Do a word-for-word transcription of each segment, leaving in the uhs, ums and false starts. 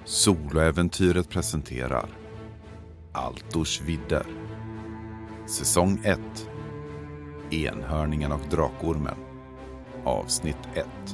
Soloäventyret presenterar Altors vidder. Säsong ett. Enhörningen och drakormen. Avsnitt ett.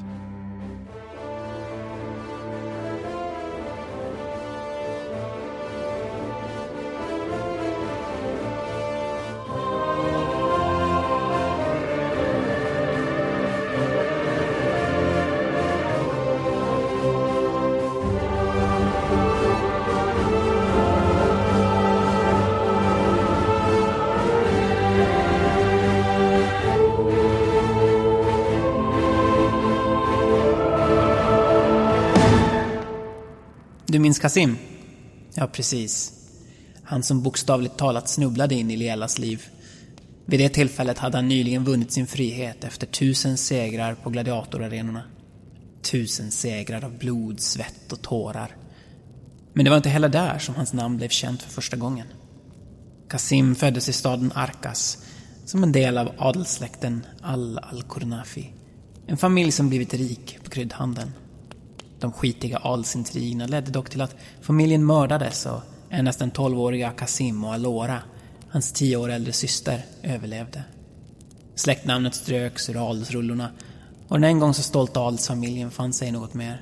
Du minns Kasim? Ja, precis. Han som bokstavligt talat snubblade in i Liellas liv. Vid det tillfället hade han nyligen vunnit sin frihet efter tusen segrar på gladiatorarenorna. Tusen segrar av blod, svett och tårar. Men det var inte heller där som hans namn blev känt för första gången. Kasim föddes i staden Arkas som en del av adelssläkten Al-Al-Kurnafi. En familj som blivit rik på kryddhandeln. De skitiga adelsintrigerna ledde dock till att familjen mördades och endast den tolvåriga Kasim och Alora, hans tio år äldre syster, överlevde. Släktnamnet ströks ur adelsrullorna och den en gång så stolta adelsfamiljen fann sig något mer.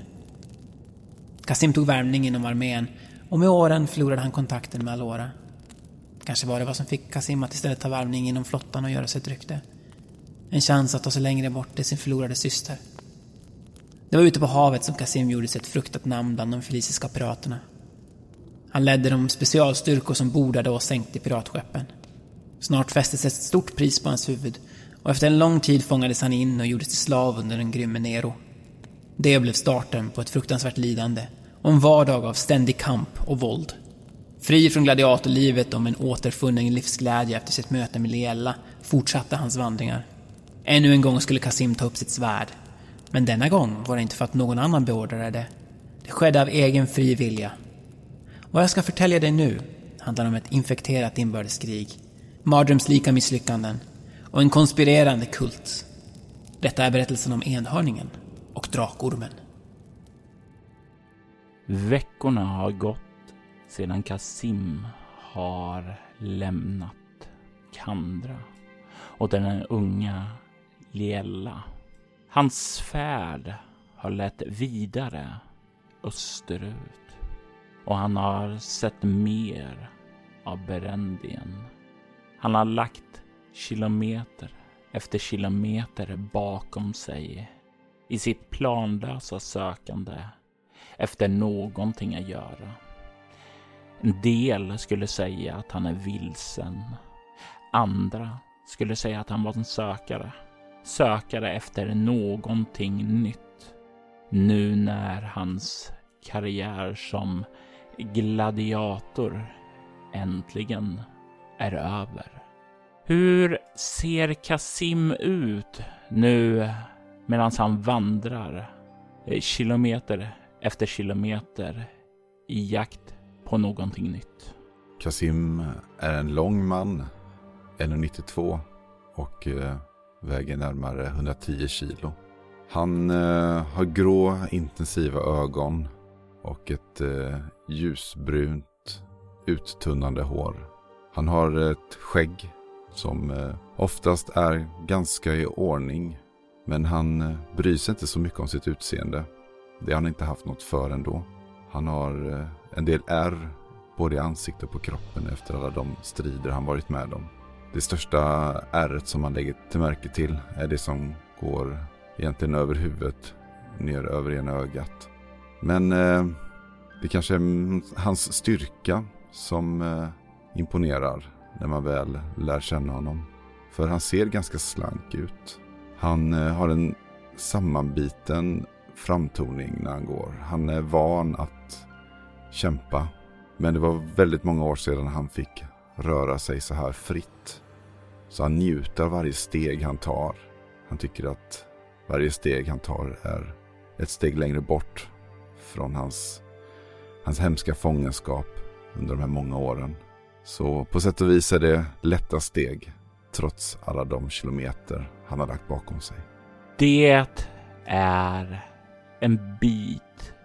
Kasim tog värvning inom armén och med åren förlorade han kontakten med Alora. Kanske var det vad som fick Kasim att istället ta värvning inom flottan och göra sig ett rykte. En chans att ta sig längre bort till sin förlorade syster. Det var ute på havet som Kasim gjorde sig ett fruktat namn bland de feliciska piraterna. Han ledde de specialstyrkor som bordade och sänkte piratskeppen. Snart fästes ett stort pris på hans huvud och efter en lång tid fångades han in och gjordes till slav under den grymme Nero. Det blev starten på ett fruktansvärt lidande och en vardag av ständig kamp och våld. Fri från gladiatorlivet och med en återfunnen livsglädje efter sitt möte med Liella fortsatte hans vandringar. Ännu en gång skulle Kasim ta upp sitt svärd. Men denna gång var det inte för att någon annan beordrade det. Det skedde av egen fri vilja. Vad jag ska förtälja dig nu handlar om ett infekterat inbördeskrig, mardrömslika misslyckanden och en konspirerande kult. Detta är berättelsen om enhörningen och drakormen. Veckorna har gått sedan Kasim har lämnat Kandra och den unga Liella. Hans färd har lett vidare österut och han har sett mer av Berendien. Han har lagt kilometer efter kilometer bakom sig i sitt planlösa sökande efter någonting att göra. En del skulle säga att han är vilsen. Andra skulle säga att han var en sökare. Sökare efter någonting nytt. Nu när hans karriär som gladiator äntligen är över. Hur ser Kasim ut nu medan han vandrar kilometer efter kilometer i jakt på någonting nytt? Kasim är en lång man, en komma nittiotvå och eh, väger närmare hundratio kilo. Han eh, har grå intensiva ögon och ett eh, ljusbrunt uttunnande hår. Han har ett skägg som eh, oftast är ganska i ordning, men han eh, bryr sig inte så mycket om sitt utseende. Det har han inte haft något för ändå. Han har eh, en del ärr både i ansiktet och på kroppen efter alla de strider han varit med om. Det största ärret som man lägger till märke till är det som går egentligen över huvudet, ner över ena ögat. Men eh, det kanske är hans styrka som eh, imponerar när man väl lär känna honom. För han ser ganska slank ut. Han eh, har en sammanbiten framtoning när han går. Han är van att kämpa. Men det var väldigt många år sedan han fick röra sig så här fritt. Så han njuter av varje steg han tar. Han tycker att varje steg han tar är ett steg längre bort från hans, hans hemska fångenskap under de här många åren. Så på sätt och vis är det lätta steg trots alla de kilometer han har lagt bakom sig. Det är en bit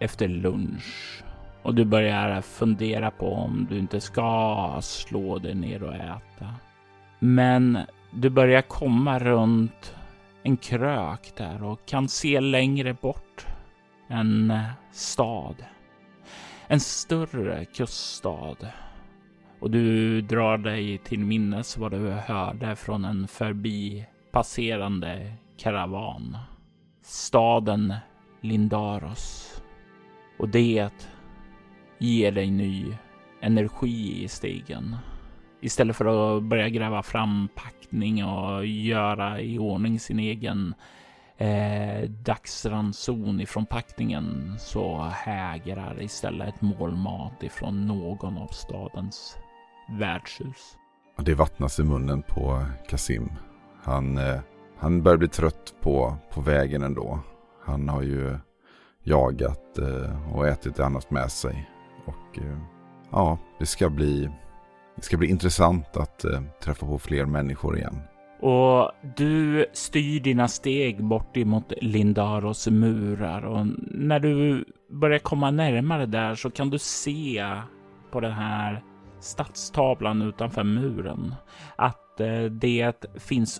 efter lunch och du börjar fundera på om du inte ska slå dig ner och äta. Men du börjar komma runt en krök där och kan se längre bort en stad. En större kuststad. Och du drar dig till minnes vad du hörde från en förbipasserande karavan. Staden Lindaros. Och det ger dig ny energi i stigen. Istället för att börja gräva fram packning och göra i ordning sin egen eh, dagsranson ifrån packningen, så hägrar istället ett målmat ifrån någon av stadens värdshus. Och det vattnas i munnen på Kasim. Han, eh, han börjar bli trött på, på vägen ändå. Han har ju jagat eh, och ätit annat med sig. Och eh, ja, det ska bli... Det ska bli intressant att eh, träffa på fler människor igen. Och du styr dina steg bort emot Lindaros murar. Och när du börjar komma närmare där så kan du se på den här stadstavlan utanför muren att eh, det finns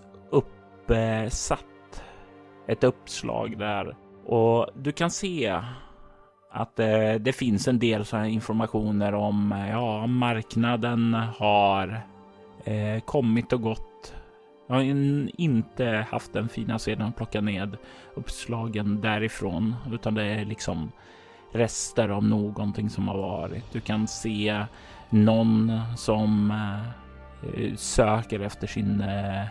uppsatt ett uppslag där. Och du kan se att eh, det finns en del sådana informationer om ja, marknaden har eh, kommit och gått. Jag har inte haft den fina sedan att plocka ned uppslagen därifrån, utan det är liksom rester av någonting som har varit. Du kan se någon som eh, söker efter sin eh,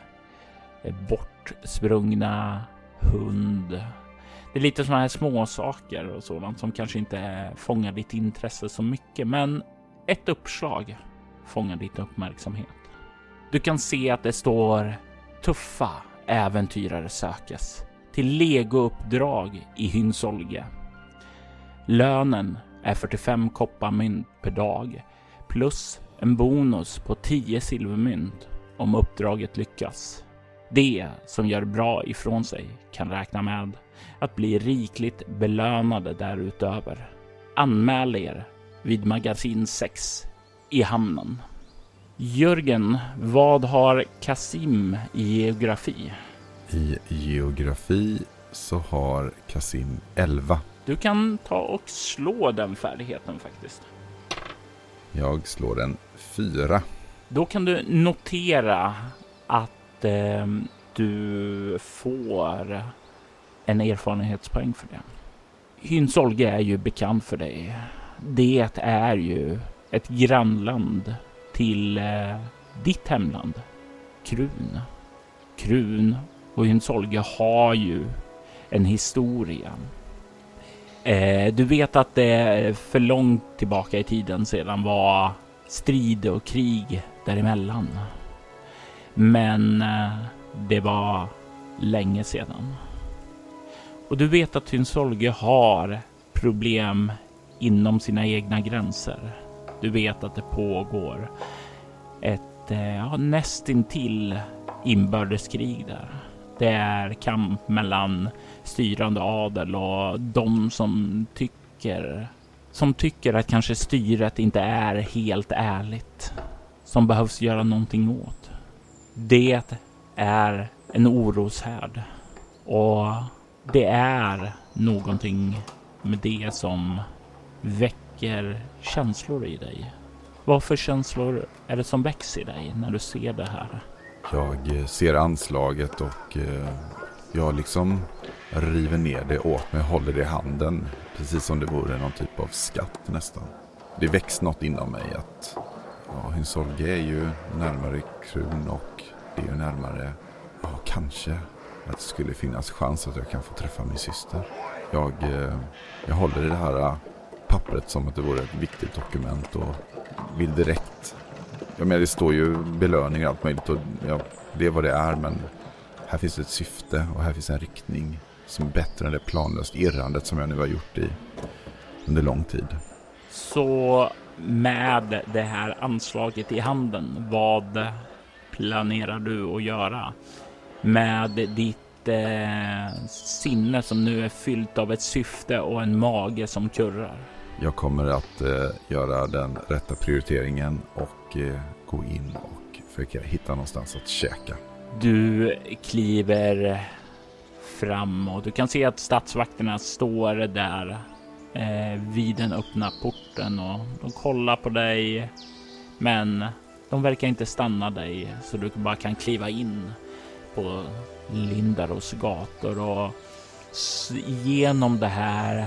bortsprungna hund. Det är lite sådana här små saker och sådant som kanske inte fångar ditt intresse så mycket. Men ett uppslag fångar ditt uppmärksamhet. Du kan se att det står tuffa äventyrare sökes till legouppdrag i Hynsolge. Lönen är fyrtiofem kopparmynt per dag plus en bonus på tio silvermynt om uppdraget lyckas. Det som gör bra ifrån sig kan räkna med att bli rikligt belönade därutöver. Anmäl er vid magasin sex i hamnen. Jörgen, vad har Kasim i geografi? I geografi så har Kasim elva. Du kan ta och slå den färdigheten faktiskt. Jag slår en fyra. Då kan du notera att eh, du får en erfarenhetspoäng för det. Hynsolge är ju bekant för dig. Det är ju ett grannland till eh, ditt hemland, Krun. Krun och Hynsolge har ju en historia. Eh, du vet att det för långt tillbaka i tiden sedan var strid och krig däremellan. Men eh, det var länge sedan. Och du vet att Hynsolge har problem inom sina egna gränser. Du vet att det pågår ett ja, nästintill inbördeskrig där. Det är kamp mellan styrande adel och de som tycker som tycker att kanske styret inte är helt ärligt. Som behövs göra någonting åt. Det är en oroshärd. Och det är någonting med det som väcker känslor i dig. Vad för känslor är det som växer i dig när du ser det här? Jag ser anslaget och eh, jag liksom river ner det åt mig och håller det i handen. Precis som det vore någon typ av skatt nästan. Det väcks något inom mig att ja, Hynsolge är ju närmare Krun och det är ju närmare, ja kanske att det skulle finnas chans att jag kan få träffa min syster. Jag, eh, jag håller i det här pappret som att det vore ett viktigt dokument och vill direkt. Ja, men det står ju belöningar och allt möjligt och ja, det är vad det är, men här finns ett syfte och här finns en riktning som är bättre än det planlöst irrandet som jag nu har gjort i under lång tid. Så med det här anslaget i handen, vad planerar du att göra med ditt ett eh, sinne som nu är fyllt av ett syfte och en mage som kurrar. Jag kommer att eh, göra den rätta prioriteringen och eh, gå in och försöka hitta någonstans att käka. Du kliver fram och du kan se att stadsvakterna står där eh, vid den öppna porten och de kollar på dig, men de verkar inte stanna dig så du bara kan kliva in på Lindaros gator och genom det här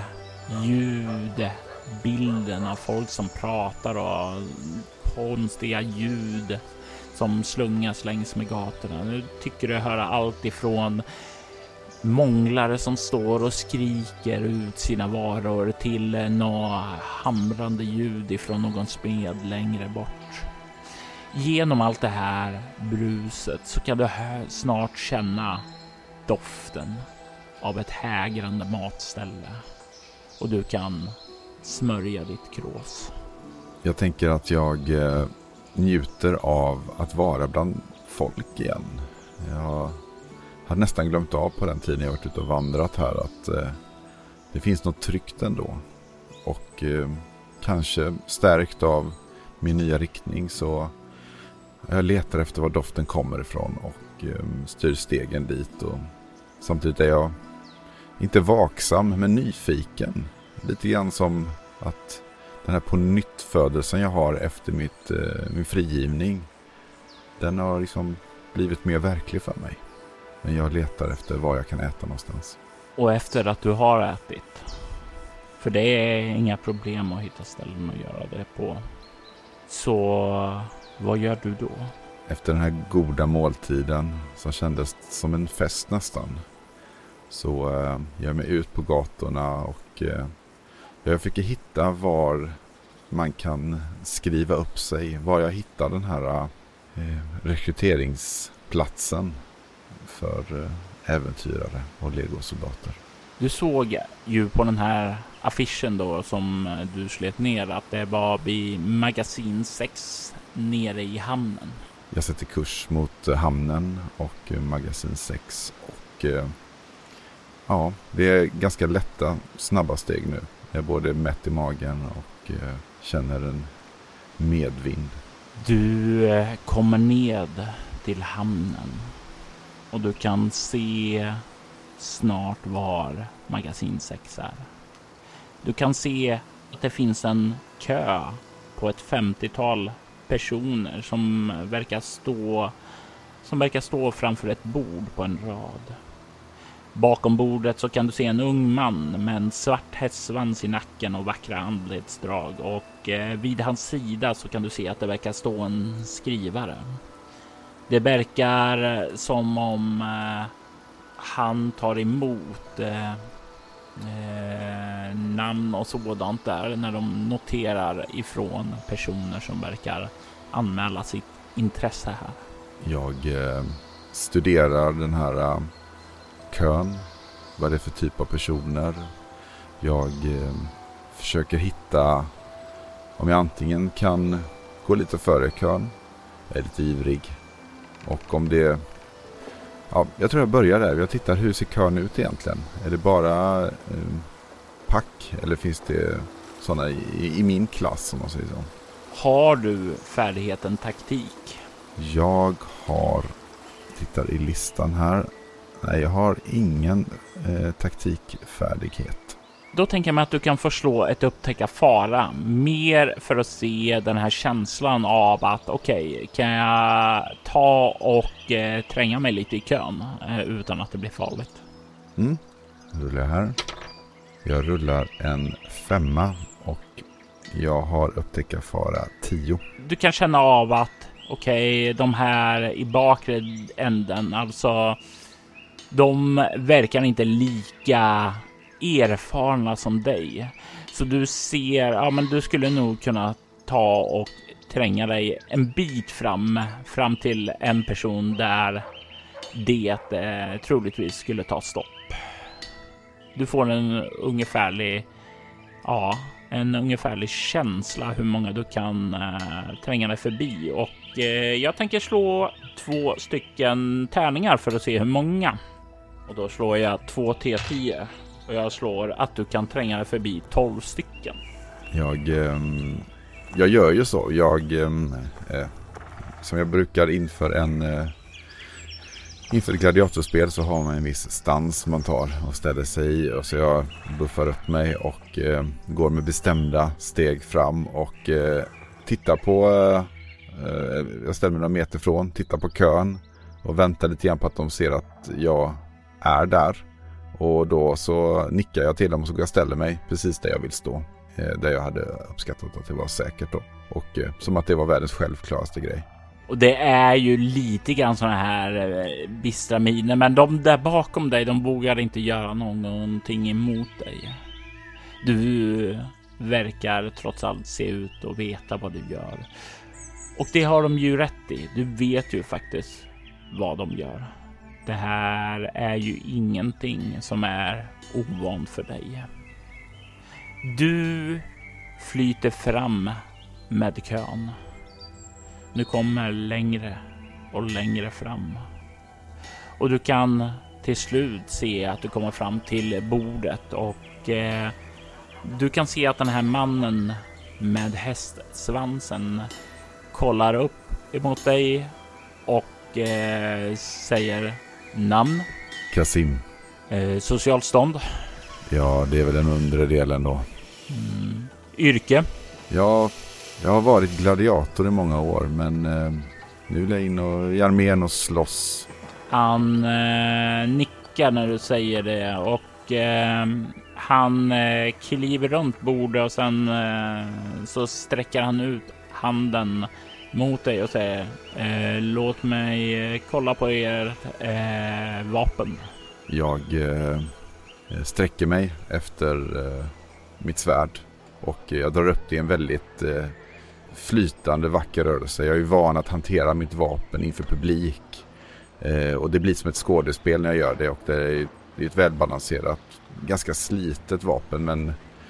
ljudbilden av folk som pratar och konstiga ljud som slungas längs med gatorna. Nu tycker du höra allt ifrån månglare som står och skriker ut sina varor till några hamrande ljud ifrån någon smed längre bort. Genom allt det här bruset så kan du snart känna doften av ett hägrande matställe och du kan smörja ditt krås. Jag tänker att jag eh, njuter av att vara bland folk igen. Jag har nästan glömt av på den tiden jag varit ute och vandrat här att eh, det finns något tryggt ändå. Och eh, kanske stärkt av min nya riktning så jag letar efter var doften kommer ifrån och eh, styr stegen dit. Och samtidigt är jag inte vaksam men nyfiken. Lite grann som att den här på nytt födelsen jag har efter mitt, eh, min frigivning, den har liksom blivit mer verklig för mig. Men jag letar efter var jag kan äta någonstans. Och efter att du har ätit, för det är inga problem att hitta ställen att göra det på, så vad gör du då? Efter den här goda måltiden som kändes som en fest nästan, så eh, gör jag mig ut på gatorna och eh, jag försöker hitta var man kan skriva upp sig, var jag hittar den här eh, rekryteringsplatsen för eh, äventyrare och legosoldater. Du såg ju på den här affischen då som du slet ner att det var vid magasin sex nere i hamnen. Jag sätter kurs mot eh, hamnen och eh, magasin sex och eh, ja, det är ganska lätta, snabba steg nu. Jag är både mätt i magen och eh, känner en medvind. Du eh, kommer ned till hamnen och du kan se snart var magasin sex är. Du kan se att det finns en kö på ett femtiotal personer som verkar stå som verkar stå framför ett bord på en rad. Bakom bordet så kan du se en ung man med en svart hästsvans i nacken och vackra anletsdrag. Och eh, vid hans sida så kan du se att det verkar stå en skrivare. Det verkar som om eh, han tar emot eh, eh, namn och sådant där när de noterar ifrån personer som verkar anmäla sitt intresse här. Jag eh, studerar den här eh, kön, vad det är för typ av personer. Jag eh, försöker hitta om jag antingen kan gå lite före kön, jag är lite ivrig, och om det, ja, jag tror jag börjar där. Jag tittar, hur ser kön ut egentligen? Är det bara eh, pack eller finns det sådana i, i min klass om man säger så? Har du färdigheten taktik? Jag har, tittar i listan här. Nej, jag har ingen eh, taktikfärdighet. Då tänker jag mig att du kan förslå ett upptäcka fara. Mer för att se den här känslan av att okej, okay, kan jag ta och eh, tränga mig lite i kön eh, utan att det blir farligt. Mm, rullar jag här. Jag rullar en femma och jag har upptäcka fara tio. Du kan känna av att okej, okay, de här i bakre änden, alltså de verkar inte lika erfarna som dig. Så du ser, ja men du skulle nog kunna ta och tränga dig en bit fram fram till en person där det eh, troligtvis skulle ta stopp. Du får en ungefärlig ja, en ungefärlig känsla hur många du kan eh, tränga dig förbi, och eh, jag tänker slå två stycken tärningar för att se hur många. Och då slår jag två T tio. Och jag slår att du kan tränga dig förbi tolv stycken. Jag, eh, jag gör ju så. Jag, eh, som jag brukar inför en... Eh, inför ett gladiatorspel så har man en viss stans man tar och ställer sig i. Och så jag buffar upp mig och eh, går med bestämda steg fram och eh, tittar på... Eh, jag ställer mig några meter från, tittar på kön och väntar lite grann på att de ser att jag är där. Och då så nickar jag till dem och så går jag och ställer mig precis där jag vill stå. Eh, där jag hade uppskattat att det var säkert då. Och eh, som att det var världens självklaraste grej. Och det är ju lite grann såna här eh, bistra miner. Men de där bakom dig, de vågar inte göra någonting emot dig. Du verkar trots allt se ut och veta vad du gör. Och det har de ju rätt i. Du vet ju faktiskt vad de gör. Det här är ju ingenting som är ovant för dig. Du flyter fram med kön. Du kommer längre och längre fram. Och du kan till slut se att du kommer fram till bordet. Och eh, du kan se att den här mannen med hästsvansen kollar upp emot dig och eh, säger namn. Kasim. Eh, socialstånd. Ja, det är väl den undre delen då. Mm. Yrke. Ja, jag har varit gladiator i många år, men eh, nu vill jag in och i armén och slåss. Han eh, nickar när du säger det och eh, han eh, kliver runt bordet och sen eh, så sträcker han ut handen mot dig och säger eh, låt mig kolla på er eh, vapen. Jag eh, sträcker mig efter eh, mitt svärd och jag drar upp det i en väldigt eh, flytande, vacker rörelse. Jag är ju van att hantera mitt vapen inför publik eh, och det blir som ett skådespel när jag gör det, och det är, det är ett välbalanserat, ganska slitet vapen, men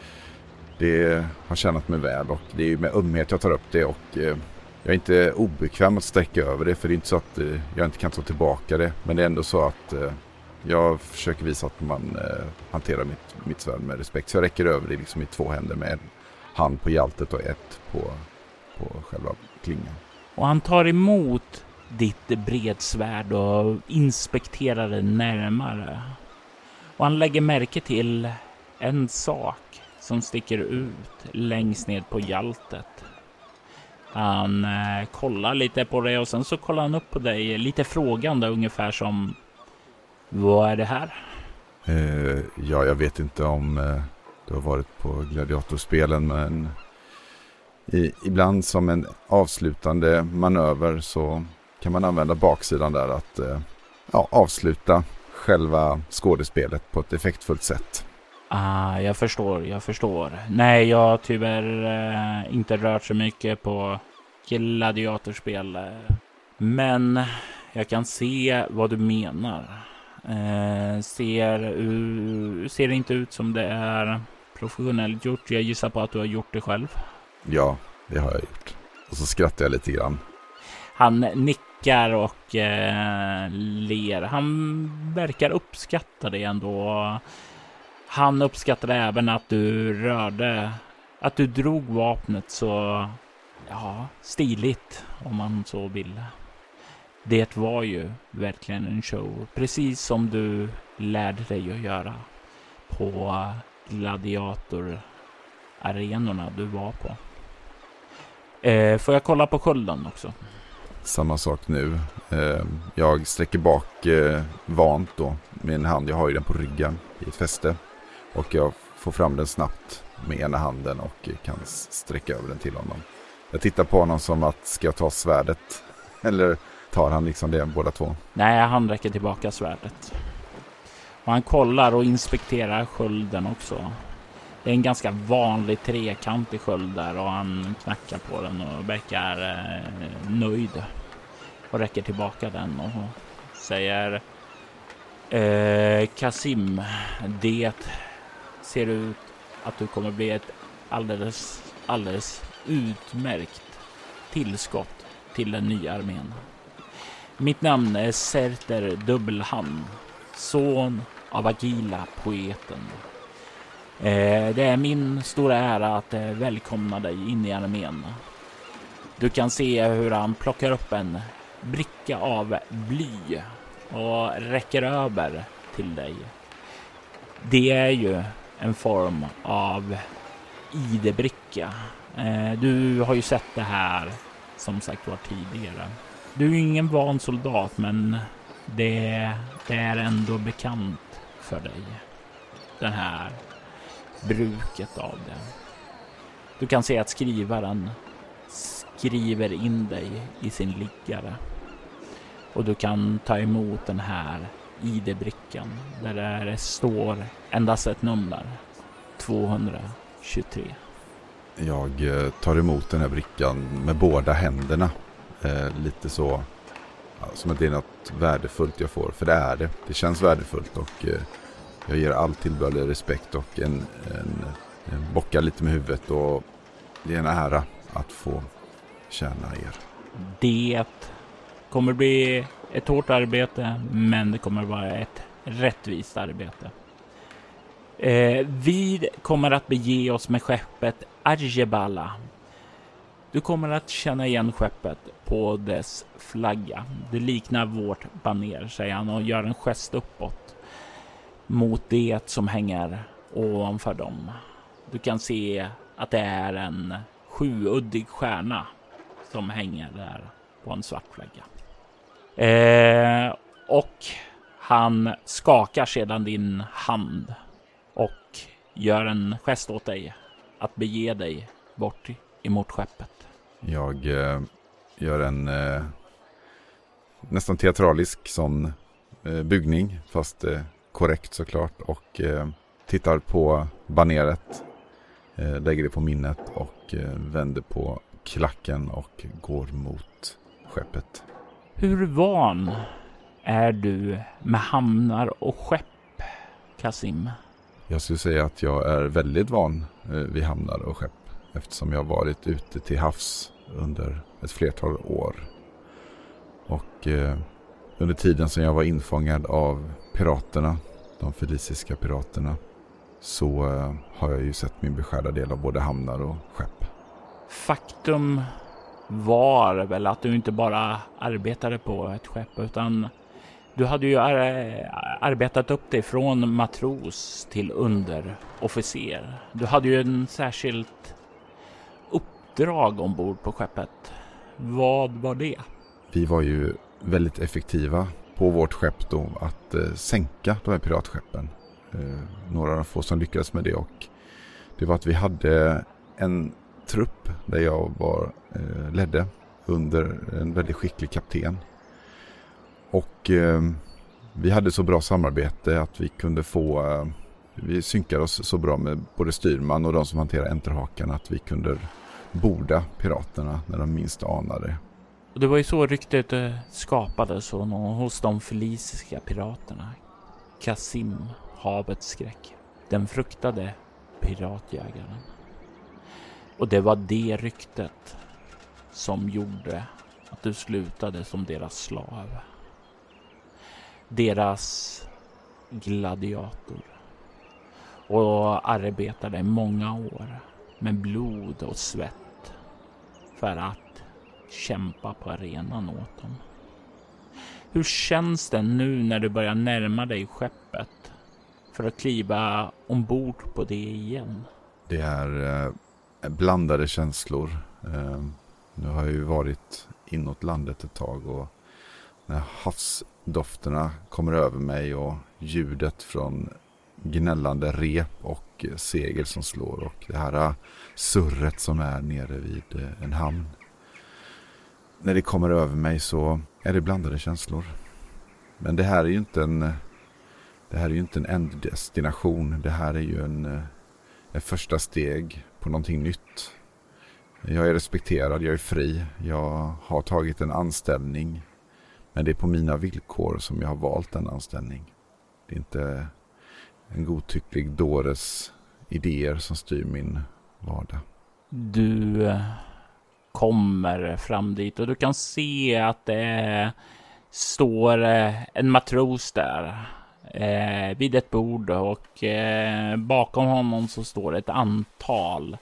det har tjänat mig väl, och det är ju med ömhet jag tar upp det, och eh, jag är inte obekväm att sträcka över det, för det är inte så att eh, jag inte kan ta tillbaka det, men det är ändå så att eh, jag försöker visa att man eh, hanterar mitt, mitt svärd med respekt. Så jag räcker över det liksom i två händer, med en hand på hjältet och ett på, på själva klingan. Och han tar emot ditt bredsvärd och inspekterar det närmare. Och han lägger märke till en sak som sticker ut längst ned på hjältet. Han eh, kollar lite på det och sen så kollar han upp på dig lite frågande, ungefär som: vad är det här? Eh, ja, jag vet inte om eh, du har varit på gladiatorspelen, men i, ibland som en avslutande manöver så kan man använda baksidan där att eh, ja, avsluta själva skådespelet på ett effektfullt sätt. Ah, jag förstår, jag förstår. Nej, jag har tyvärr eh, inte rört så mycket på gladiatorspel. Men jag kan se vad du menar. Eh, ser, uh, ser det inte ut som det är professionellt gjort? Jag gissar på att du har gjort det själv. Ja, det har jag gjort. Och så skrattar jag lite grann. Han nickar och eh, ler. Han verkar uppskatta det ändå. Han uppskattade även att du rörde, att du drog vapnet så, ja, stiligt om man så vill. Det var ju verkligen en show, precis som du lärde dig att göra på gladiatorarenorna du var på. Eh, får jag kolla på skölden också? Samma sak nu. Eh, jag sträcker bak eh, vant då med en hand. Jag har ju den på ryggen i ett fäste. Och jag får fram den snabbt med ena handen och kan sträcka över den till honom. Jag tittar på honom som att, ska jag ta svärdet? Eller tar han liksom det båda två? Nej, han räcker tillbaka svärdet. Och han kollar och inspekterar skölden också. Det är en ganska vanlig trekantig sköld där och han knackar på den och verkar eh, nöjd. Och räcker tillbaka den och säger: eh, Kasim, det ser ut att du kommer bli ett alldeles, alldeles utmärkt tillskott till den nya armén. Mitt namn är Serter Dubbelhand son av Agila, poeten. Eh, det är min stora ära att eh, välkomna dig in i armén. Du kan se hur han plockar upp en bricka av bly och räcker över till dig. Det är ju en form av I D-bricka. Eh, du har ju sett det här som sagt var tidigare. Du är ju ingen van soldat, men det, det är ändå bekant för dig. Den här bruket av det. Du kan se att skrivaren skriver in dig i sin liggare. Och du kan ta emot den här I D-brickan där det står endast ett nummer. tvåhundratjugotre. Jag tar emot den här brickan med båda händerna. Eh, lite så ja, som att det är något värdefullt jag får. För det är det. Det känns värdefullt och eh, jag ger all tillbörlig respekt och en, en, en bockar lite med huvudet. Och det är en ära att få tjäna er. Det kommer bli ett hårt arbete, men det kommer vara ett rättvist arbete. Eh, vi kommer att bege oss med skeppet Arjebala. Du kommer att känna igen skeppet på dess flagga. Det liknar vårt baner, säger han och gör en gest uppåt mot det som hänger ovanför dem. Du kan se att det är en sjuuddig stjärna som hänger där på en svart flagga. Eh, och han skakar sedan din hand och gör en gest åt dig att bege dig bort emot skeppet. Jag eh, gör en eh, nästan teatralisk sån eh, bugning, fast eh, korrekt såklart, och eh, tittar på baneret, eh, lägger det på minnet och eh, vänder på klacken och går mot skeppet. Hur van är du med hamnar och skepp, Kasim? Jag skulle säga att jag är väldigt van eh, vid hamnar och skepp, eftersom jag har varit ute till havs under ett flertal år. Och eh, under tiden som jag var infångad av piraterna, de feliciska piraterna, så eh, har jag ju sett min beskärda del av både hamnar och skepp. Faktum var väl att du inte bara arbetade på ett skepp, utan du hade ju ar- arbetat upp dig från matros till underofficer. Du hade ju en särskilt uppdrag ombord på skeppet. Vad var det? Vi var ju väldigt effektiva på vårt skepp då att eh, sänka de här piratskeppen. Eh, några av de få som lyckades med det, och det var att vi hade en trupp där jag var eh, ledde under en väldigt skicklig kapten. Och eh, vi hade så bra samarbete att vi kunde få, eh, vi synkade oss så bra med både styrman och de som hanterar enterhakan att vi kunde borda piraterna när de minst anade. Och det var ju så ryktet skapades hos de feliciska piraterna. Kasim, havets skräck. Den fruktade piratjägaren. Och det var det ryktet som gjorde att du slutade som deras slav. Deras gladiator. Och arbetade många år med blod och svett för att kämpa på arenan åt dem. Hur känns det nu när du börjar närma dig skeppet för att kliva ombord på det igen? Det är eh, blandade känslor. Eh, nu har jag ju varit inåt landet ett tag, och när havsdofterna kommer över mig och ljudet från gnällande rep och segel som slår och det här surret som är nere vid en hamn. När det kommer över mig så är det blandade känslor. Men det här är ju inte en det här är ju inte enänddestination. Det här är ju en, en första steg på någonting nytt. Jag är respekterad, jag är fri. Jag har tagit en anställning. Men det är på mina villkor som jag har valt en anställning. Det är inte en godtycklig dåres idéer som styr min vardag. Du kommer fram dit och du kan se att det står en matros där. eh, vid ett bord och eh, bakom honom så står ett antal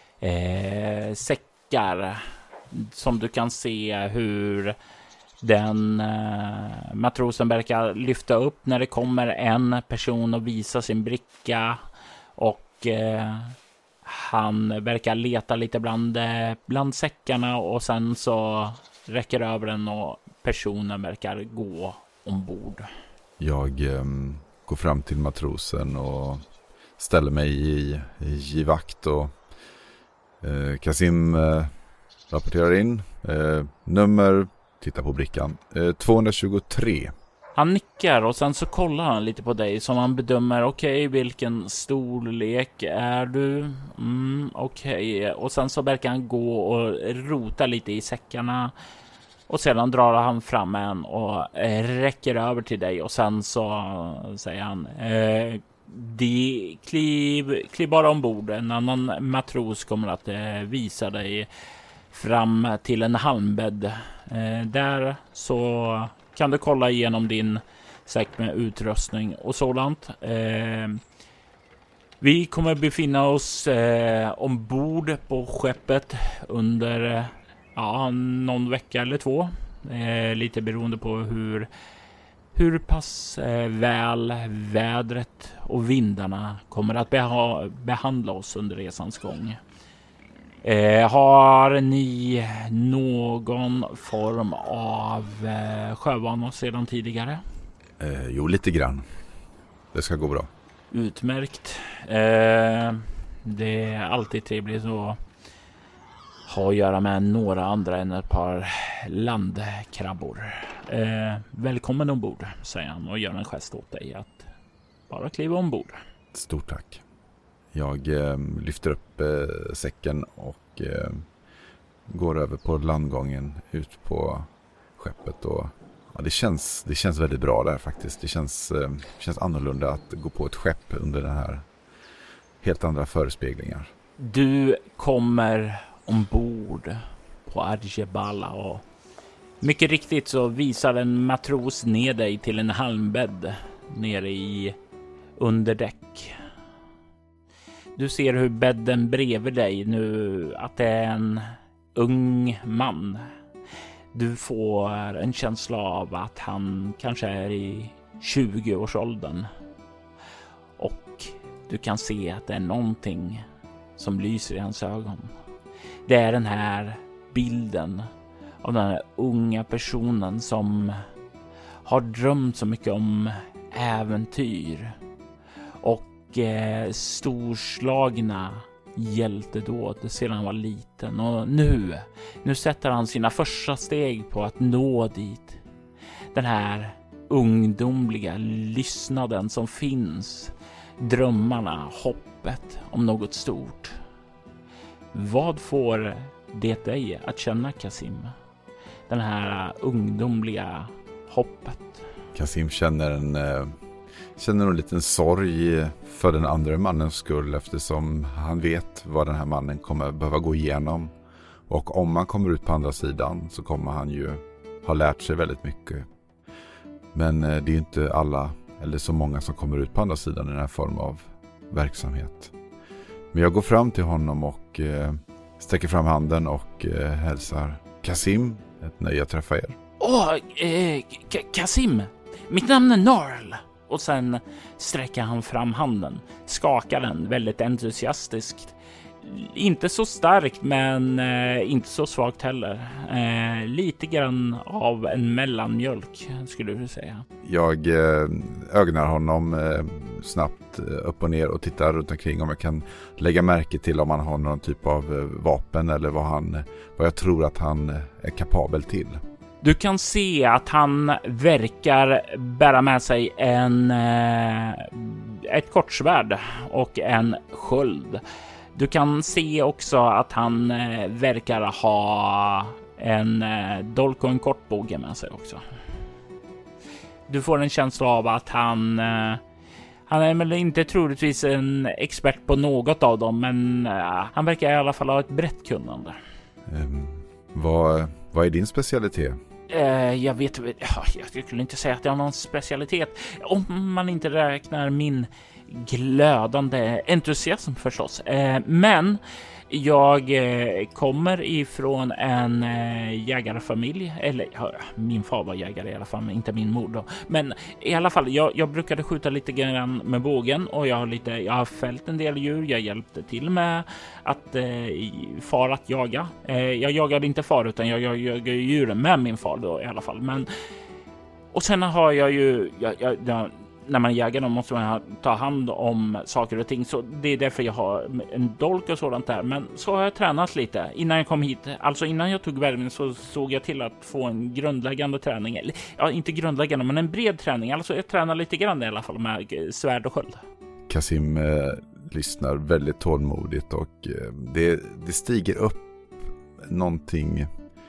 eh, säckar som du kan se hur den eh, matrosen verkar lyfta upp när det kommer en person och visa sin bricka, och eh, han verkar leta lite bland, eh, bland säckarna och sen så räcker över den och personen verkar gå ombord. Jag eh, går fram till matrosen och ställer mig i, i, i vakt och eh, Kasim eh, rapporterar in eh, nummer, titta på brickan, eh, tvåhundratjugotre. Han nickar och sen så kollar han lite på dig som han bedömer, okej, okay, vilken storlek är du? Mm, okej. Okay. Och sen så verkar han gå och rota lite i säckarna. Och sedan drar han fram en och eh, räcker över till dig. Och sen så säger han, eh, de, kliv, kliv bara ombord. En annan matros kommer att eh, visa dig fram till en halmbädd. Eh, där så kan du kolla igenom din säck med utrustning och sådant. Eh, vi kommer befinna oss eh, ombord på skeppet under ja, någon vecka eller två. Eh, lite beroende på hur, hur pass eh, väl vädret och vindarna kommer att beha- behandla oss under resans gång. Eh, har ni någon form av eh, sjövana sedan tidigare? Eh, jo, lite grann. Det ska gå bra. Utmärkt. Eh, det är alltid trevligt att ha att göra med några andra än ett par landkrabbor. Eh, välkommen ombord, säger han och gör en gest åt dig att bara kliva ombord. Stort tack. Jag eh, lyfter upp eh, säcken och eh, går över på landgången ut på skeppet. Och, ja, det, känns, det känns väldigt bra där faktiskt. Det känns, eh, känns annorlunda att gå på ett skepp under den här helt andra förespeglingar. Du kommer ombord på Arjebala och mycket riktigt så visar en matros ner dig till en halmbädd nere i underdäck. Du ser hur bädden bredvid dig nu, att det är en ung man. Du får en känsla av att han kanske är i tjugo-årsåldern. Och du kan se att det är någonting som lyser i hans ögon. Det är den här bilden av den här unga personen som har drömt så mycket om äventyr och eh, storslagna hjältedåd sedan han var liten. Och nu, nu sätter han sina första steg på att nå dit. Den här ungdomliga lyssnaden som finns, drömmarna, hoppet om något stort. Vad får det dig att känna, Kasim? Den här ungdomliga hoppet. Kasim känner en eh, känner en liten sorg för den andra mannens skull, eftersom han vet vad den här mannen kommer behöva gå igenom. Och om man kommer ut på andra sidan så kommer han ju ha lärt sig väldigt mycket. Men eh, det är ju inte alla eller så många som kommer ut på andra sidan i den här form av verksamhet. Men jag går fram till honom och eh, sträcker fram handen och eh, hälsar. Kasim, ett nöje att träffa er. Åh, eh, K- Kasim, mitt namn är Narl. Och sen sträcker han fram handen, skakar den väldigt entusiastiskt. Inte så starkt, men eh, inte så svagt heller. Eh, lite grann av en mellanmjölk, skulle du säga. Jag eh, ögnar honom eh, snabbt upp och ner och tittar runt omkring om jag kan lägga märke till om han har någon typ av eh, vapen eller vad, han, vad jag tror att han är kapabel till. Du kan se att han verkar bära med sig en, eh, ett kortsvärd och en sköld. Du kan se också att han eh, verkar ha en eh, dolk och en kortbåge med sig också. Du får en känsla av att han eh, han är väl inte troligtvis en expert på något av dem, men eh, han verkar i alla fall ha ett brett kunnande. Um, vad, vad är din specialitet? Eh, jag vet, ja, jag skulle inte säga att jag har någon specialitet. Om man inte räknar min glödande entusiasm förstås. Eh, men jag eh, kommer ifrån en eh, jägarfamilj. Eller ja, min far var jägare i alla fall, men inte min mor då. Men i alla fall, jag, jag brukade skjuta lite grann med bågen. Och jag har, lite, jag har fällt en del djur. Jag hjälpte till med att eh, far att jaga. Eh, jag jagade inte far, utan jag jagade djuren med min far då i alla fall. Men, och sen har jag ju... Jag, jag, jag, när man jagar dem måste man ta hand om saker och ting. Så det är därför jag har en dolk och sådant där. Men så har jag tränat lite innan jag kom hit. Alltså innan jag tog värvning så såg jag till att få en grundläggande träning. Eller, ja, inte grundläggande, men en bred träning. Alltså jag tränar lite grann i alla fall med svärd och sköld. Kasim eh, lyssnar väldigt tålmodigt och eh, det, det stiger upp någonting.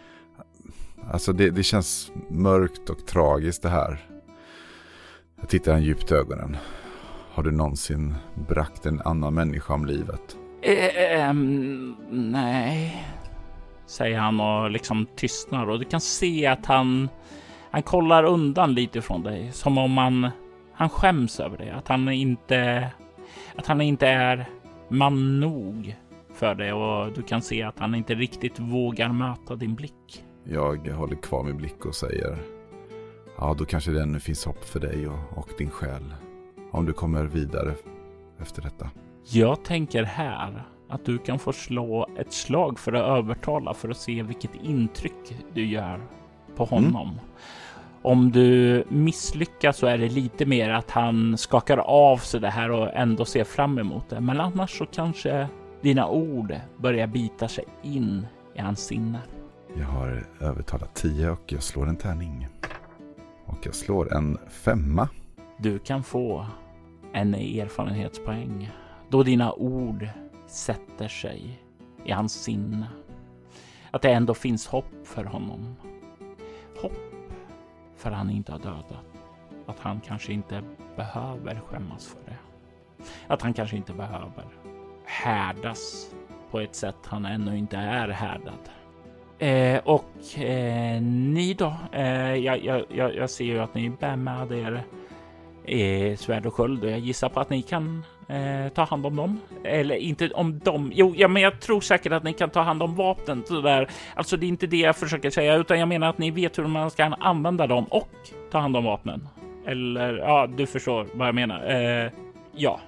Alltså det, det känns mörkt och tragiskt det här. Jag tittar han djupt i ögonen. Har du någonsin bragt en annan människa om livet? Eh, um, nej, säger han och liksom tystnar. Och du kan se att han, han kollar undan lite från dig. Som om han, han skäms över det. Att han inte, att han inte är man nog för det. Och du kan se att han inte riktigt vågar möta din blick. Jag håller kvar min blick och säger... Ja, då kanske det ännu finns hopp för dig och, och din själ. Om du kommer vidare efter detta. Jag tänker här att du kan få slå ett slag för att övertala. För att se vilket intryck du gör på honom. Mm. Om du misslyckas så är det lite mer att han skakar av sig det här och ändå ser fram emot det. Men annars så kanske dina ord börjar bita sig in i hans sinne. Jag har övertalat tio och jag slår en tärning. Och jag slår en femma. Du kan få en erfarenhetspoäng då dina ord sätter sig i hans sinne. Att det ändå finns hopp för honom. Hopp för han inte har dödat. Att han kanske inte behöver skämmas för det. Att han kanske inte behöver härdas på ett sätt han ännu inte är härdad. Eh, och eh, ni då? Eh, jag, jag, jag ser ju att ni bär med er eh, svärd och sköld. Jag gissar på att ni kan eh, ta hand om dem. Eller inte om dem. Jo, ja, men jag tror säkert att ni kan ta hand om vapnen. Så där. Alltså det är inte det jag försöker säga. Utan jag menar att ni vet hur man ska använda dem och ta hand om vapnen. Eller, ja, du förstår vad jag menar. Eh, ja.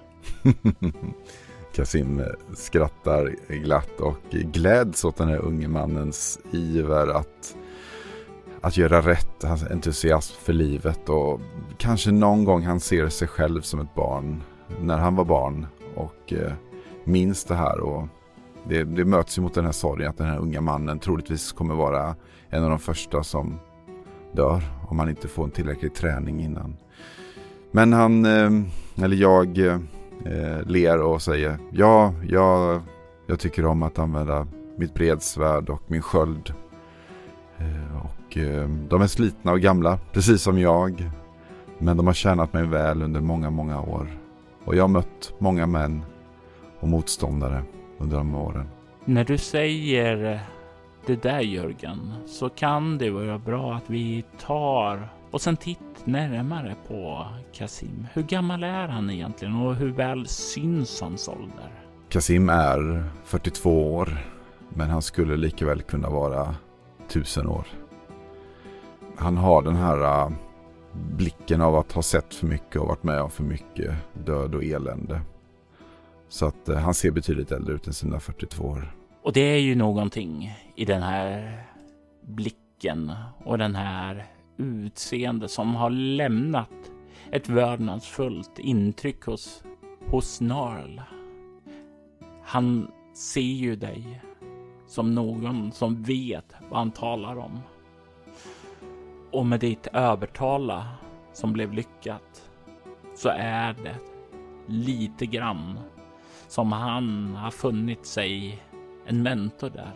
Kasim skrattar glatt och gläds åt den här unge mannens iver att, att göra rätt, hans entusiasm för livet och kanske någon gång han ser sig själv som ett barn när han var barn och eh, minns det här och det, det möts ju mot den här sorgen att den här unga mannen troligtvis kommer vara en av de första som dör om han inte får en tillräcklig träning innan. Men han, eh, eller jag... Eh, Eh, ler och säger ja, jag, jag tycker om att använda mitt bredsvärd och min sköld eh, och eh, de är slitna och gamla precis som jag, men de har tjänat mig väl under många många år och jag har mött många män och motståndare under de åren. När du säger det där Jörgen så kan det vara bra att vi tar och sen titt närmare på Kasim. Hur gammal är han egentligen och hur väl syns hans ålder? Kasim är fyrtiotvå år, men han skulle lika väl kunna vara tusen år. Han har den här uh, blicken av att ha sett för mycket och varit med om för mycket död och elände. Så att uh, han ser betydligt äldre ut än sina fyrtiotvå år. Och det är ju någonting i den här blicken och den här utseende som har lämnat ett vördnadsfullt intryck hos, hos Narl. Han ser ju dig som någon som vet vad han talar om. Och med ditt övertala som blev lyckat så är det lite grann som han har funnit sig en mentor där.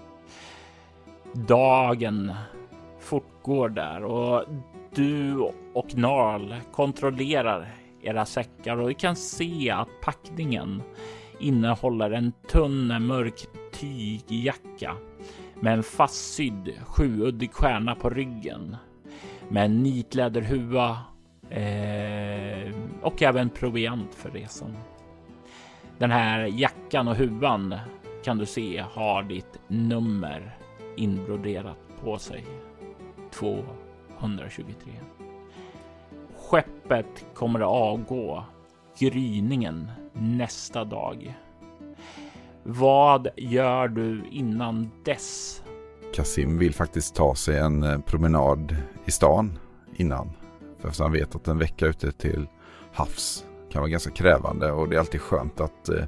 Dagen fortgår där och du och Narl kontrollerar era säckar och du kan se att packningen innehåller en tunn mörk tygjacka med en fastsydd sjuuddig stjärna på ryggen, med en nitläderhuva eh, och även proviant för resan. Den här jackan och huvan kan du se har ditt nummer inbroderat på sig. tvåhundratjugotre. Skeppet kommer att avgå gryningen nästa dag. Vad gör du innan dess? Kasim vill faktiskt ta sig en promenad i stan innan. För han vet att en vecka ute till havs kan vara ganska krävande. Och det är alltid skönt att eh,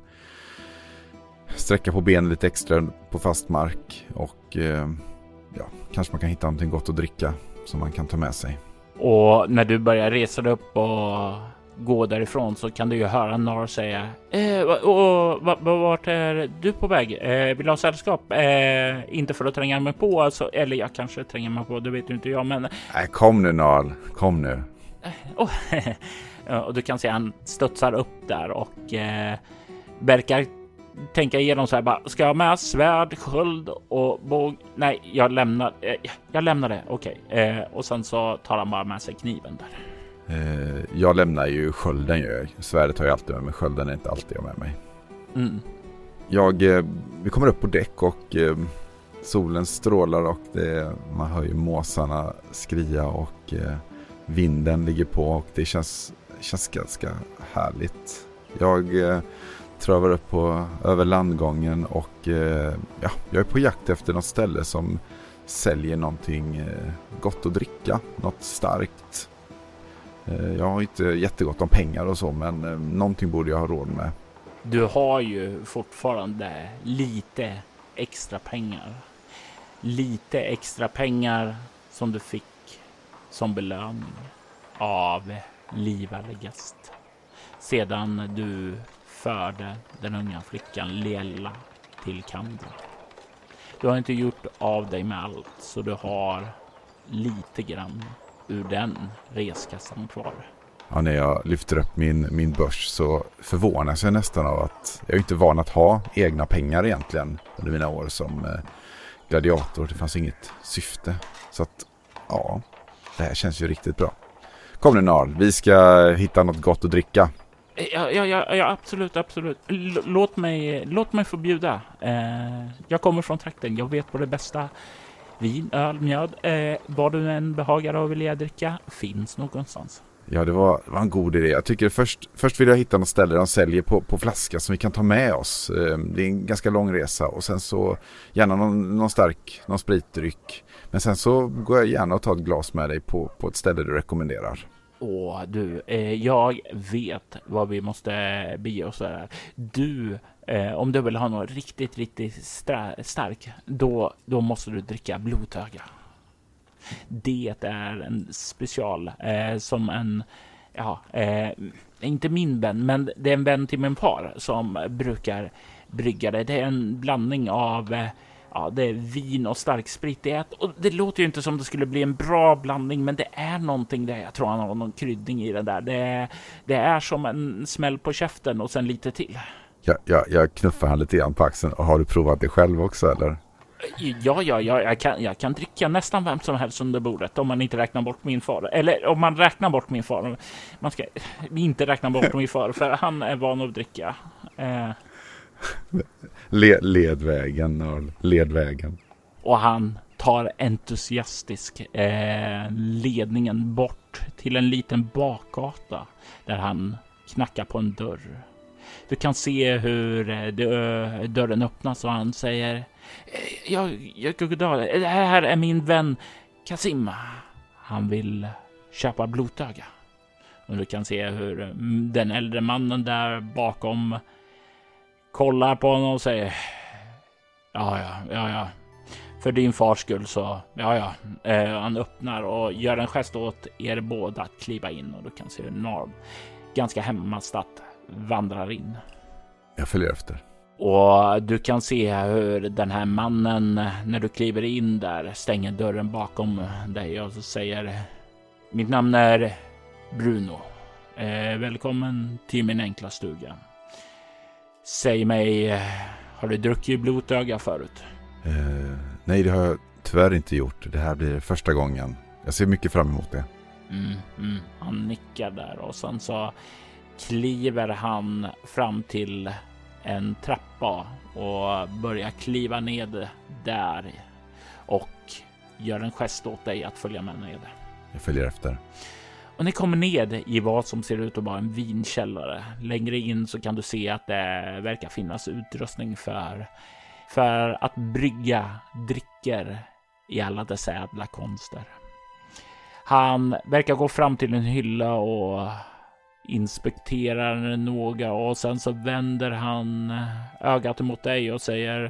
sträcka på benen lite extra på fast mark. Och eh, ja, kanske man kan hitta någonting gott att dricka som man kan ta med sig. Och när du börjar resa dig upp och gå därifrån så kan du ju höra Nar säga eh, och, och, vart är du på väg? Eh, vill du ha sällskap? Eh, inte för att tränga mig på, alltså, eller jag kanske tränger mig på, det vet ju inte jag, men... Nej, kom nu Nar, kom nu. Eh, oh, och du kan se han studsar upp där och eh, verkar tänka igenom så här, bara, ska jag med svärd, sköld och båg? Nej, jag lämnar, eh, jag lämnar det, okej. Okay. Eh, och sen så tar han bara med sig kniven där. Eh, jag lämnar ju skölden ju. Svärdet har jag alltid med mig, skölden är inte alltid med mig. Mm. Jag, eh, vi kommer upp på däck och eh, solen strålar och det, man hör ju måsarna skria och eh, vinden ligger på och det känns, känns ganska härligt. Jag eh, travar upp på, över landgången och eh, ja, jag är på jakt efter något ställe som säljer någonting eh, gott att dricka, något starkt. Eh, jag har inte jättegott om pengar och så, men eh, någonting borde jag ha råd med. Du har ju fortfarande lite extra pengar. Lite extra pengar som du fick som belöning av Livalegast. Sedan du förde den unga flickan Liella till Kandra. Du har inte gjort av dig med allt, så du har lite grann ur den reskassan kvar. Ja, när jag lyfter upp min, min börs så förvånas jag nästan av att jag är inte van att ha egna pengar egentligen under mina år som eh, gladiator. Det fanns inget syfte. Så att, ja, det här känns ju riktigt bra. Kom nu Nar, vi ska hitta något gott att dricka. Ja, ja, ja, ja absolut, absolut. L- låt mig, låt mig få bjuda. Eh, jag kommer från trakten, jag vet på det bästa. Vin, öl, mjöd, eh, vad du än behagar och vill dricka finns någonstans. Ja, det var, det var en god idé. Jag tycker först, först vill jag hitta något ställe där de säljer på, på flaska som vi kan ta med oss. Det är en ganska lång resa och sen så gärna någon, någon stark, någon spritdryck. Men sen så går jag gärna och tar ett glas med dig på, på ett ställe du rekommenderar. Åh, du, eh, jag vet vad vi måste bege oss där. Du, eh, om du vill ha något riktigt, riktigt stra- stark, då, då måste du dricka blodöga. Det är en special eh, som en, ja, eh, inte min vän, men det är en vän till min far som brukar brygga det. Det är en blandning av, eh, ja, det är vin och stark sprit. Det, är, och det låter ju inte som det skulle bli en bra blandning, men det är någonting där. Jag tror han har någon kryddning i den där. Det är, det är som en smäll på käften och sen lite till. Ja, ja, jag knuffar han lite grann på axeln. Och har du provat det själv också, eller? Ja, ja, ja jag, kan, jag kan dricka nästan vem som helst under bordet om man inte räknar bort min far. Eller om man räknar bort min far. Man ska inte räkna bort min far, för han är van att dricka. Eh. Le, ledvägen och ledvägen. Och han tar entusiastisk eh, ledningen bort till en liten bakgata där han knackar på en dörr. Du kan se hur eh, dörren öppnas och han säger: Jag, jag, goddag. Det här är min vän Kasim. Han vill köpa blodöga. Och du kan se hur den äldre mannen där bakom kollar på honom och säger: Ja, ja, ja, ja. För din fars skull så, ja, ja. Eh, han öppnar och gör en gest åt er båda att kliva in. Och du kan se hur Narv ganska hemmastat vandrar in. Jag följer efter. Och du kan se hur den här mannen, när du kliver in där, stänger dörren bakom dig och så säger: Mitt namn är Bruno. Eh, välkommen till min enkla stuga. Säg mig, har du druckit blodöga förut? Eh, Nej, det har jag tyvärr inte gjort. Det här blir första gången. Jag ser mycket fram emot det. Mm, mm. Han nickar där och sen så kliver han fram till en trappa och börjar kliva ned där och gör en gest åt dig att följa med ned. Jag följer efter. Och ni kommer ned i vad som ser ut att vara en vinkällare. Längre in så kan du se att det verkar finnas utrustning för, för att brygga dricker i alla dessa ädla konster. Han verkar gå fram till en hylla och inspekterar några och sen så vänder han ögat mot dig och säger: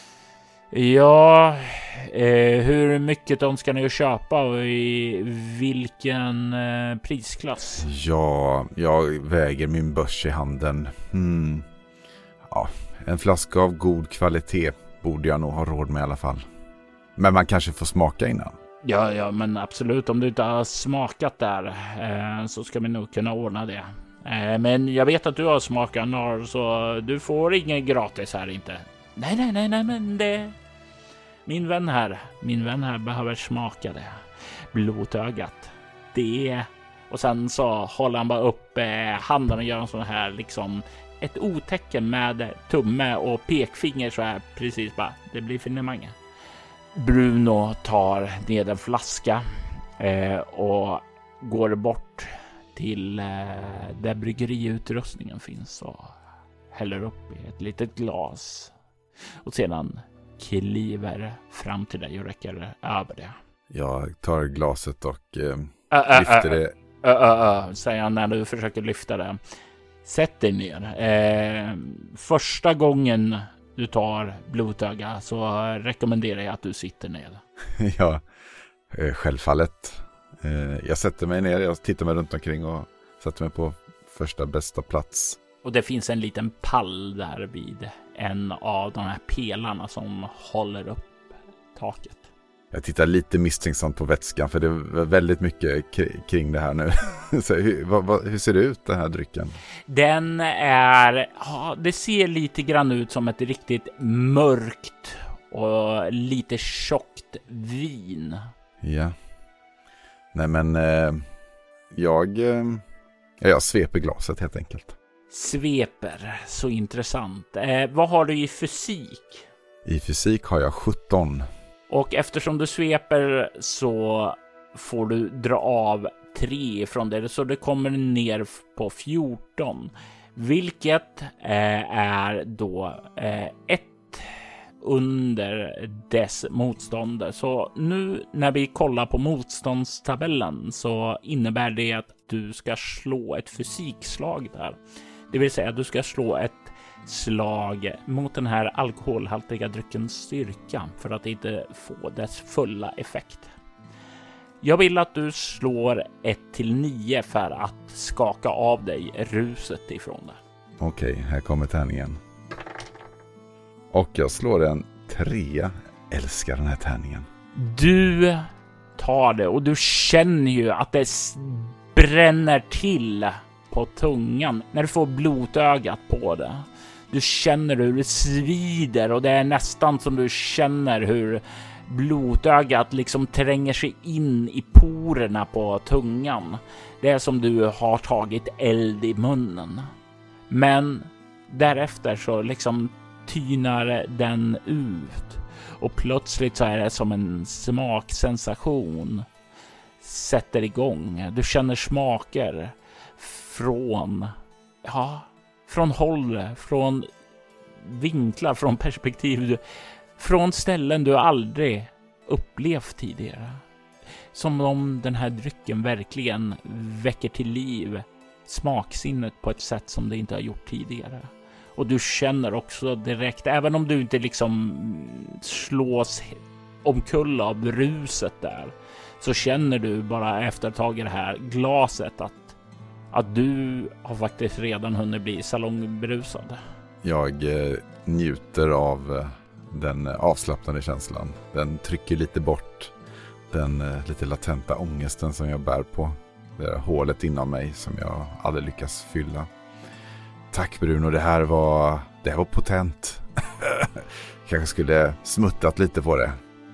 ja, eh, hur mycket önskar ni att köpa och i vilken eh, prisklass? Ja, jag väger min börs i handen. Hmm. Ja, en flaska av god kvalitet borde jag nog ha råd med i alla fall. Men man kanske får smaka innan. Ja, ja, men absolut. Om du inte har smakat där eh, så ska vi nog kunna ordna det. Eh, men jag vet att du har smakat norr, så du får ingen gratis här inte. Nej, nej, nej, nej, men det... Min vän här, min vän här behöver smaka det. Blotögat. Det. Och sen så håller han bara upp eh, handen och gör en sån här liksom ett otecken med tumme och pekfinger så här precis bara. Det blir finemang. Bruno tar ner en flaska eh, och går bort till eh, där bryggeriutrustningen finns och häller upp i ett litet glas. Och sedan kliver fram till dig och räcker över det. Jag tar glaset och eh, äh, lyfter äh, det. Äh, äh, äh, säger han när du försöker lyfta det. Sätt dig ner. Eh, första gången du tar blotöga så rekommenderar jag att du sitter ner. Ja, eh, självfallet. Eh, jag sätter mig ner, jag tittar mig runt omkring och sätter mig på första bästa plats. Och det finns en liten pall där vid en av de här pelarna som håller upp taket. Jag tittar lite misstänksamt på vätskan för det är väldigt mycket k- kring det här nu. Så hur, vad, vad, hur ser det ut, den här drycken? Den är, ja, det ser lite grann ut som ett riktigt mörkt och lite tjockt vin. Ja. Nej men eh, jag, eh, jag sveper glaset helt enkelt. Sveper, så intressant. Eh, vad har du i fysik? I fysik har jag sjutton. Och eftersom du sveper så får du dra av tre från det. Så det kommer ner på fjorton. Vilket eh, är då eh, ett under dess motstånd. Så nu när vi kollar på motståndstabellen så innebär det att du ska slå ett fysikslag där. Det vill säga att du ska slå ett slag mot den här alkoholhaltiga dryckens styrka för att inte få dess fulla effekt. Jag vill att du slår ett till nio för att skaka av dig ruset ifrån det. Okej, här kommer tärningen. Och jag slår en trea. Älskar den här tärningen. Du tar det och du känner ju att det bränner till på tungan när du får blotögat på det. Du känner hur det svider och det är nästan som du känner hur blotögat liksom tränger sig in i porerna på tungan. Det är som du har tagit eld i munnen. Men därefter så liksom tynar den ut och plötsligt så är det som en smaksensation sätter igång. Du känner smaker från ja, från håll, från vinklar, från perspektiv, från ställen du aldrig upplevt tidigare. Som om den här drycken verkligen väcker till liv smaksinnet på ett sätt som det inte har gjort tidigare. Och du känner också direkt, även om du inte liksom slås omkull av ruset där, så känner du bara efter ett tag i det här glaset att att du har faktiskt redan hunnit bli salongberusad. Jag eh, njuter av eh, den avslappnade känslan. Den trycker lite bort den eh, lite latenta ångesten som jag bär på. Det där hålet inom mig som jag aldrig lyckas fylla. Tack Bruno, det här var, det här var potent. Kanske skulle smuttat lite på det.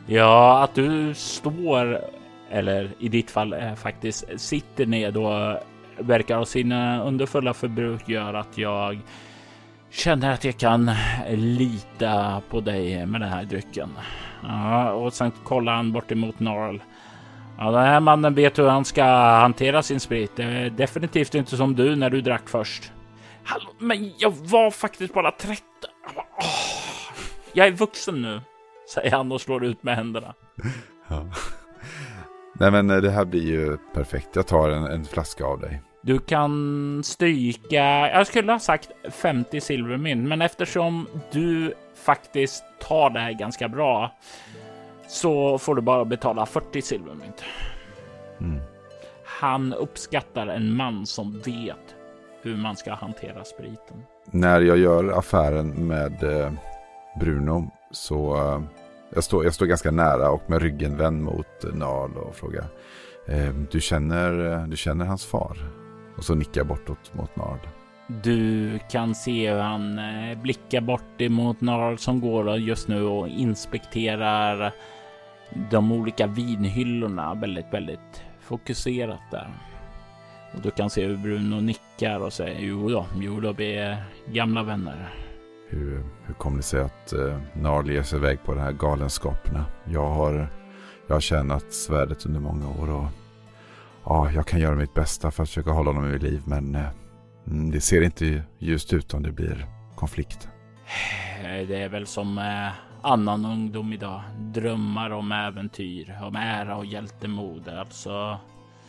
Ja, att du står, eller i ditt fall eh, faktiskt sitter ned och verkar ha sina underfulla förbruk gör att jag känner att jag kan lita på dig med den här drycken. Ja, och sen kollar han bort emot Narl. Ja, den här mannen vet hur han ska hantera sin sprit. Det är definitivt inte som du när du drack först. Hallå, men jag var faktiskt bara tretton. Oh, jag är vuxen nu, säger han och slår ut med händerna. Ja. Nej, men det här blir ju perfekt. Jag tar en, en flaska av dig. Du kan stryka, jag skulle ha sagt femtio silvermynt, men eftersom du faktiskt tar det här ganska bra så får du bara betala fyrtio silvermynt. Mm. Han uppskattar en man som vet hur man ska hantera spriten. När jag gör affären med eh, Bruno så eh, jag, står, jag står ganska nära och med ryggen vänd mot eh, Narl och frågar eh, du, känner, du känner hans far? Och så nickar jag bortåt mot Narl. Du kan se hur han eh, blickar bort emot Narl som går just nu och inspekterar de olika vinhyllorna väldigt, väldigt fokuserat där. Och du kan se hur Bruno nickar och säger jo då, jo då, vi är gamla vänner. Hur, hur kommer det sig att eh, Narl ger sig iväg på de här galenskaperna? Jag har, jag har tjänat svärdet under många år och ja, jag kan göra mitt bästa för att försöka hålla honom i liv, men eh, det ser inte just ut om det blir konflikt. Det är väl som eh, annan ungdom idag. Drömmar om äventyr, om ära och hjältemod. Alltså,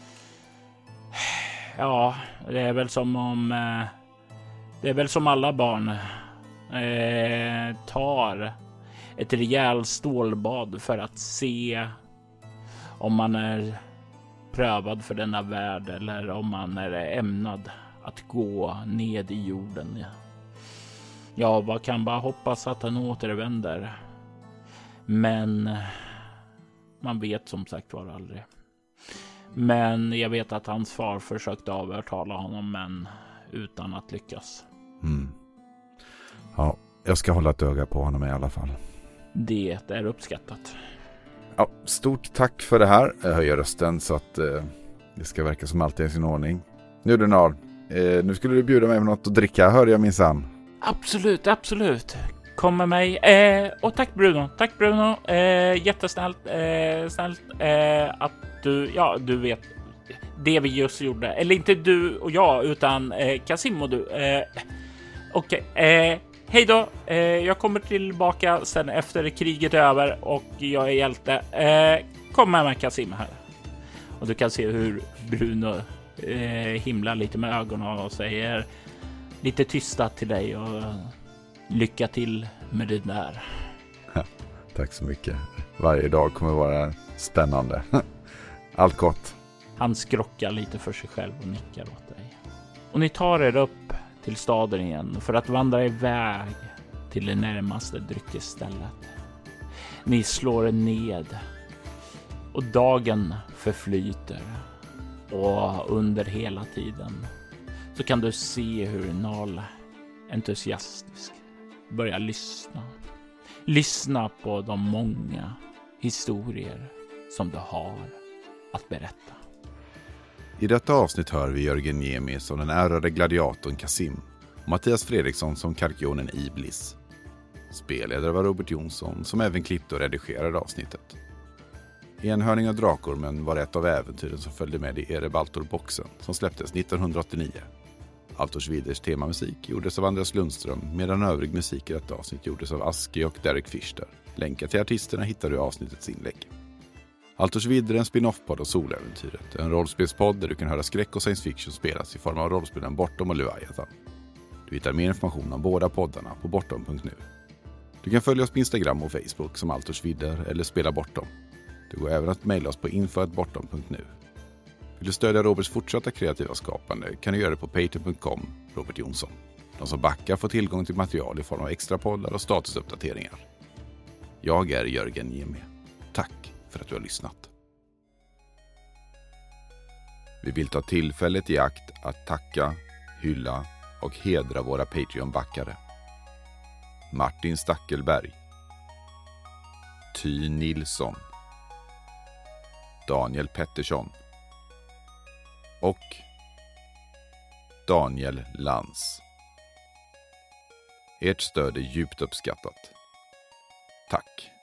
ja, det är väl som om eh, det är väl som alla barn eh, tar ett rejält stålbad för att se om man är prövad för denna värld eller om man är ämnad att gå ned i jorden. Jag bara kan bara hoppas att han återvänder. Men man vet som sagt var aldrig. Men jag vet att hans far försökte övertala honom, men utan att lyckas. Mm. Ja, jag ska hålla ett öga på honom i alla fall. Det är uppskattat. Ja, stort tack för det här. Jag höjer rösten så att eh, det ska verka som allt är i sin ordning. Nu du Narl, eh, nu skulle du bjuda mig på något att dricka, hör jag minsann. Absolut, absolut. Kom med mig. Eh, och tack Bruno, tack Bruno. Eh, jättesnällt, eh, snällt eh, att du, ja du vet det vi just gjorde. Eller inte du och jag utan eh, Kasim och du. Eh, Okej, okay. eh, hej då. Eh, jag kommer tillbaka sen efter kriget är över och jag är hjälte. Eh, kom med mig Kasim här. Och du kan se hur Bruno eh, himlar lite med ögonen och säger lite tysta till dig och lycka till med det där. Ja, tack så mycket. Varje dag kommer vara spännande. Allt gott. Han skrockar lite för sig själv och nickar åt dig. Och ni tar er upp till staden igen för att vandra iväg till det närmaste dryckesstället. Ni slår er ned och dagen förflyter. Och under hela tiden så kan du se hur Narl entusiastisk börjar lyssna. Lyssna på de många historier som du har att berätta. I detta avsnitt hör vi Jörgen Niemi som den ärade gladiatorn Kasim och Mattias Fredriksson som karkionen Iblis. Spelledare var Robert Jonsson som även klippte och redigerade avsnittet. Enhörning av Drakormen var ett av äventyren som följde med i Erebaltor-boxen som släpptes nittonhundraåttionio. Altors Viders temamusik gjordes av Andreas Lundström medan övrig musik i detta avsnitt gjordes av Aski och Derek Fischer. Länkar till artisterna hittar du i avsnittets inlägg. Altors Vidder är en spin-off-podd av Soläventyret, en rollspelspodd där du kan höra skräck och science fiction spelas i form av rollspelen Bortom och Leviathan. Du hittar mer information om båda poddarna på bortom punkt nu. Du kan följa oss på Instagram och Facebook som Altors Vidder eller Spela Bortom. Det går även att mejla oss på info at bortom punkt nu. Vill du stödja Roberts fortsatta kreativa skapande kan du göra det på patreon punkt com Robert Jonsson. De som backar får tillgång till material i form av extra poddar och statusuppdateringar. Jag är Jörgen Niemi. Tack för att du har lyssnat. Vi vill ta tillfället i akt att tacka, hylla och hedra våra Patreon-backare. Martin Stackelberg, Ty Nilsson, Daniel Pettersson och Daniel Lantz. Ert stöd är djupt uppskattat. Tack!